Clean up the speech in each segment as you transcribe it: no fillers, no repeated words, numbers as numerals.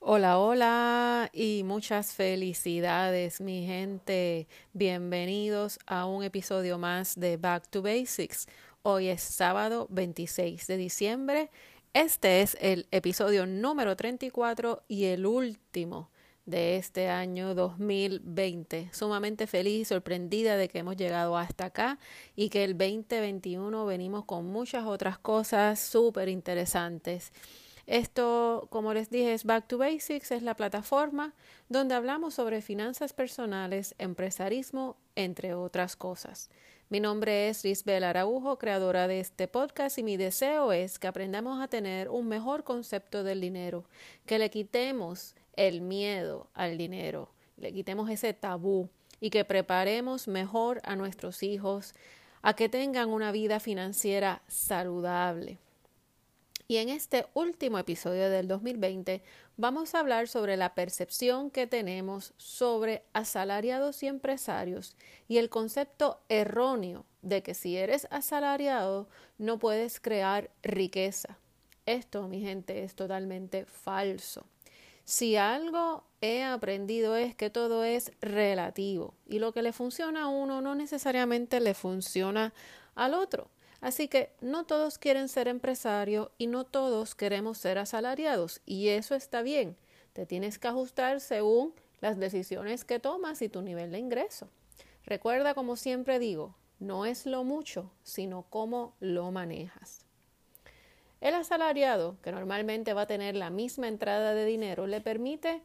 Hola, hola y muchas felicidades, mi gente. Bienvenidos a un episodio más de Back to Basics. Hoy es sábado 26 de diciembre. Este es el episodio número 34 y el último de este año 2020. Sumamente feliz y sorprendida de que hemos llegado hasta acá y que el 2021 venimos con muchas otras cosas súper interesantes. Esto, como les dije, es Back to Basics, es la plataforma donde hablamos sobre finanzas personales, empresarismo, entre otras cosas. Mi nombre es Lisbel Araujo, creadora de este podcast, y mi deseo es que aprendamos a tener un mejor concepto del dinero, que le quitemos el miedo al dinero, le quitemos ese tabú y que preparemos mejor a nuestros hijos a que tengan una vida financiera saludable. Y en este último episodio del 2020 vamos a hablar sobre la percepción que tenemos sobre asalariados y empresarios y el concepto erróneo de que si eres asalariado no puedes crear riqueza. Esto, mi gente, es totalmente falso. Si algo he aprendido es que todo es relativo y lo que le funciona a uno no necesariamente le funciona al otro. Así que no todos quieren ser empresarios y no todos queremos ser asalariados y eso está bien. Te tienes que ajustar según las decisiones que tomas y tu nivel de ingreso. Recuerda, como siempre digo, no es lo mucho, sino cómo lo manejas. El asalariado, que normalmente va a tener la misma entrada de dinero, le permite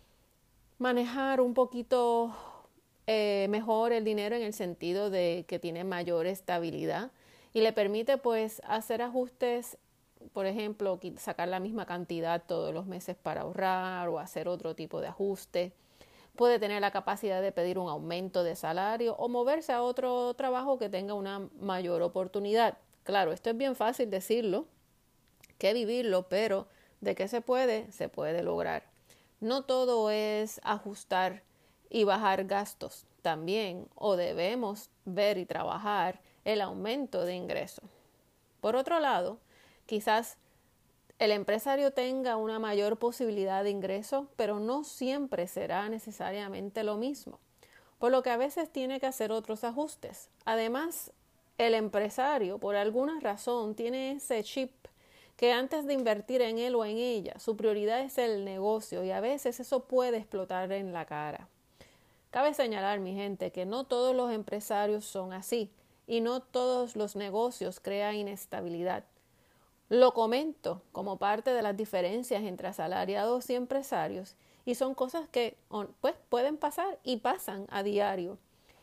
manejar un poquito mejor el dinero en el sentido de que tiene mayor estabilidad y le permite pues hacer ajustes, por ejemplo, sacar la misma cantidad todos los meses para ahorrar o hacer otro tipo de ajuste. Puede tener la capacidad de pedir un aumento de salario o moverse a otro trabajo que tenga una mayor oportunidad. Claro, esto es bien fácil decirlo que vivirlo, pero de que se puede lograr. No todo es ajustar y bajar gastos. También o debemos ver y trabajar el aumento de ingresos. Por otro lado, quizás el empresario tenga una mayor posibilidad de ingreso, pero no siempre será necesariamente lo mismo, por lo que a veces tiene que hacer otros ajustes. Además, el empresario, por alguna razón, tiene ese chip que antes de invertir en él o en ella, su prioridad es el negocio y a veces eso puede explotar en la cara. Cabe señalar, mi gente, que no todos los empresarios son así y no todos los negocios crean inestabilidad. Lo comento como parte de las diferencias entre asalariados y empresarios y son cosas que pues, pueden pasar y pasan a diario.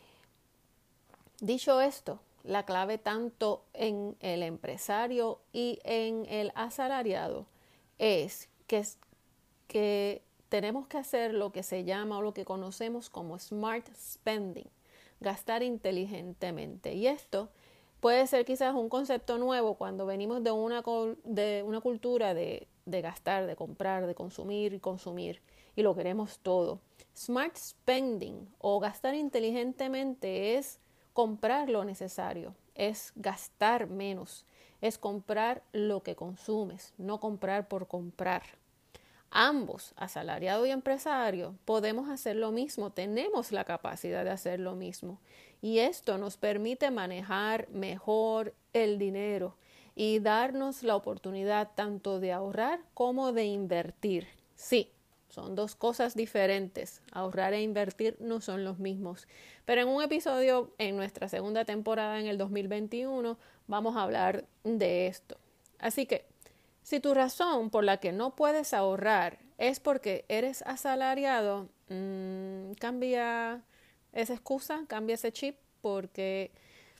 Dicho esto, la clave tanto en el empresario y en el asalariado es que tenemos que hacer lo que se llama o lo que conocemos como smart spending, gastar inteligentemente. Y esto puede ser quizás un concepto nuevo cuando venimos de una cultura de gastar, de comprar, de consumir y consumir y lo queremos todo. Smart spending o gastar inteligentemente es comprar lo necesario, es gastar menos, es comprar lo que consumes, no comprar por comprar. Ambos, asalariado y empresario, podemos hacer lo mismo, tenemos la capacidad de hacer lo mismo y esto nos permite manejar mejor el dinero y darnos la oportunidad tanto de ahorrar como de invertir. Sí, son dos cosas diferentes, ahorrar e invertir no son los mismos, pero en un episodio en nuestra segunda temporada en el 2021 vamos a hablar de esto. Así que si tu razón por la que no puedes ahorrar es porque eres asalariado, cambia esa excusa, cambia ese chip, porque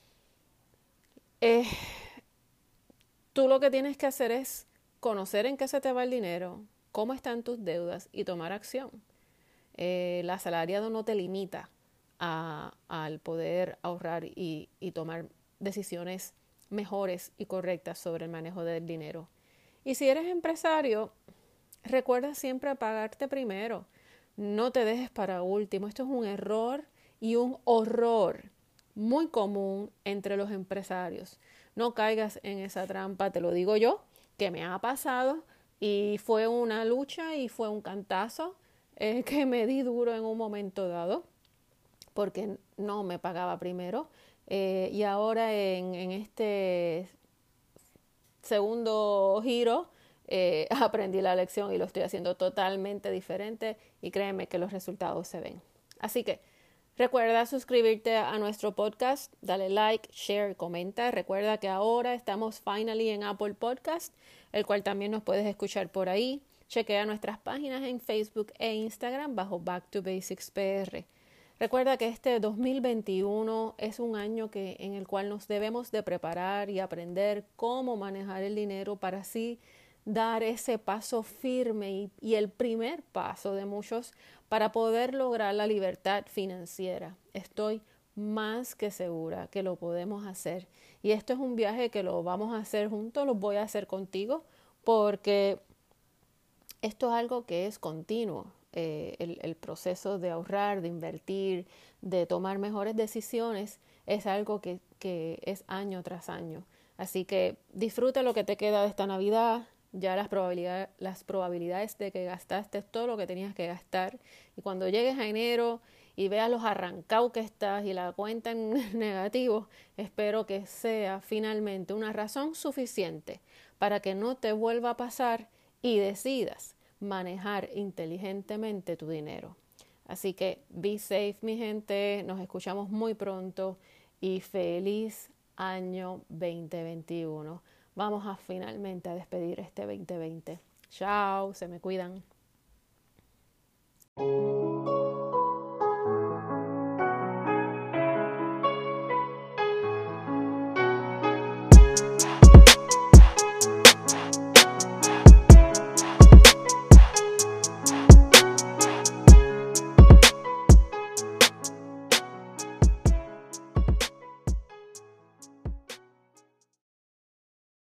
eh, tú lo que tienes que hacer es conocer en qué se te va el dinero, cómo están tus deudas y tomar acción. El asalariado no te limita al poder ahorrar y tomar decisiones mejores y correctas sobre el manejo del dinero. Y si eres empresario, recuerda siempre pagarte primero. No te dejes para último. Esto es un error y un horror muy común entre los empresarios. No caigas en esa trampa, te lo digo yo, que me ha pasado Y fue una lucha y fue un cantazo que me di duro en un momento dado porque no me pagaba primero. Y ahora en este segundo giro aprendí la lección y lo estoy haciendo totalmente diferente y créeme que los resultados se ven. Así que recuerda suscribirte a nuestro podcast, dale like, share, comenta. Recuerda que ahora estamos finally en Apple Podcast, el cual también nos puedes escuchar por ahí. Chequea nuestras páginas en Facebook e Instagram bajo Back to Basics PR. Recuerda que este 2021 es un año en el cual nos debemos de preparar y aprender cómo manejar el dinero para así dar ese paso firme y el primer paso de muchos para poder lograr la libertad financiera. Estoy más que segura que lo podemos hacer. Y esto es un viaje que lo vamos a hacer juntos, lo voy a hacer contigo, porque esto es algo que es continuo. El proceso de ahorrar, de invertir, de tomar mejores decisiones es algo que es año tras año. Así que disfruta lo que te queda de esta Navidad. Ya las probabilidades de que gastaste todo lo que tenías que gastar. Y cuando llegues a enero y veas los arrancados que estás y la cuenta en negativo, espero que sea finalmente una razón suficiente para que no te vuelva a pasar y decidas manejar inteligentemente tu dinero. Así que be safe, mi gente. Nos escuchamos muy pronto y feliz año 2021. Vamos a finalmente a despedir este 2020. Chao, se me cuidan.